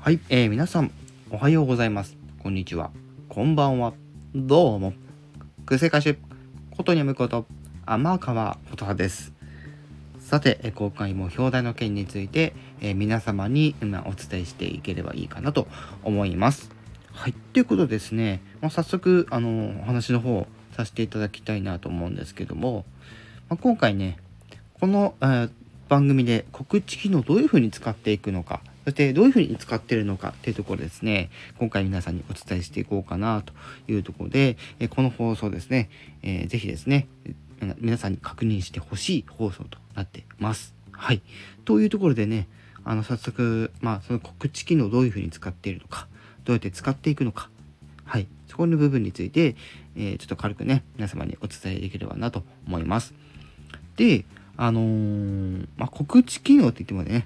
はい、皆さんおはようございます。こんにちは。こんばんは。どうも。癖歌手ことにゃむこと天川琴葉です。さて、今回も表題の件について、皆様に今お伝えしていければいいかなと思います。はい、ということでですね、早速お話の方をさせていただきたいなと思うんですけども、今回ね、この、番組で告知機能をどういうふうに使っていくのか、そしてどういうふうに使っているのかっていうところですね、今回皆さんにお伝えしていこうかなというところで、この放送ですね、ぜひですね、皆さんに確認してほしい放送となってます。はい。というところでね、早速、その告知機能をどういうふうに使っているのか、どうやって使っていくのか、はい。そこの部分について、ちょっと軽くね、皆様にお伝えできればなと思います。で、告知機能って言ってもね、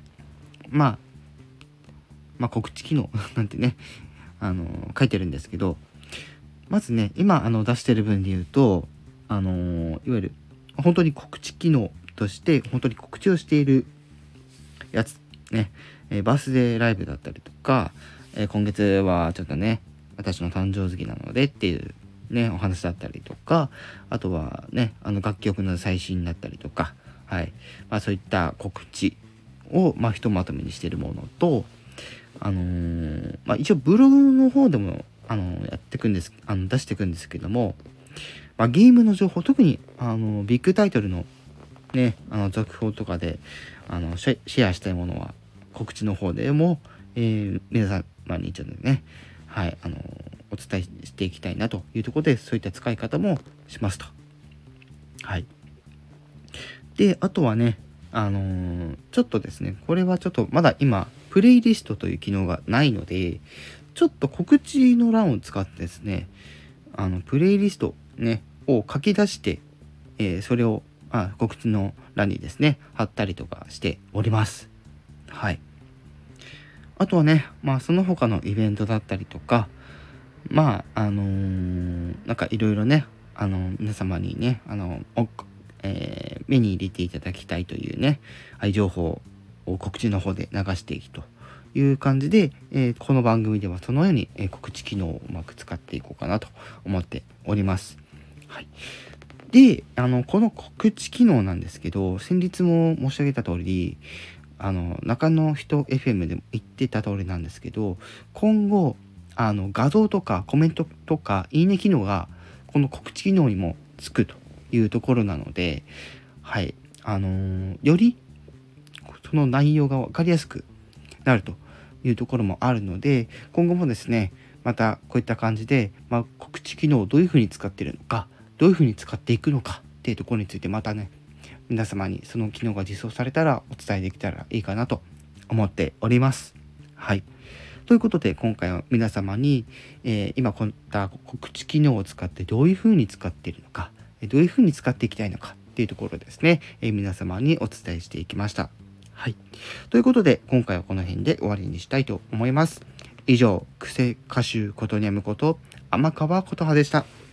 告知機能なんてね、書いてるんですけど、まずね、今出してる分で言うと、いわゆる本当に告知機能として本当に告知をしているやつね、バースデーライブだったりとか、今月はちょっとね、私の誕生月なのでっていうね、お話だったりとか、あとはね、楽曲の最新だったりとか、はい、そういった告知をひとまとめにしているものと、一応ブログの方でもやっていくんです、出していくんですけども、ゲームの情報、特にビッグタイトルのね、続報とかでシェアしたいものは告知の方でも、皆様にちょっとね、はい、お伝えしていきたいなというところで、そういった使い方もしますと。はい。で、あとはね、ちょっとですね、これはちょっとまだ今、プレイリストという機能がないので、ちょっと告知の欄を使ってですね、プレイリストね、を書き出して、それを告知の欄にですね、貼ったりとかしております。はい。あとはね、その他のイベントだったりとか、なんかいろいろね、皆様にね、目に入れていただきたいというね、情報を告知の方で流していくという感じで、この番組ではそのように、告知機能をうまく使っていこうかなと思っております。はい。で、この告知機能なんですけど、先日も申し上げた通り、中の人 FM でも言ってた通りなんですけど、今後、画像とかコメントとかいいね機能が、この告知機能にもつくというところなので、はい、より、その内容がわかりやすくなるというところもあるので、今後もですね、またこういった感じで、告知機能をどういうふうに使っているのか、どういうふうに使っていくのかっていうところについてまたね、皆様にその機能が実装されたらお伝えできたらいいかなと思っております。はい。ということで今回は皆様に、今こういった告知機能を使ってどういうふうに使っているのか、どういうふうに使っていきたいのかっていうところですね、皆様にお伝えしていきました。はい。ということで今回はこの辺で終わりにしたいと思います。以上、癖歌手ことにゃむこと天川琴葉でした。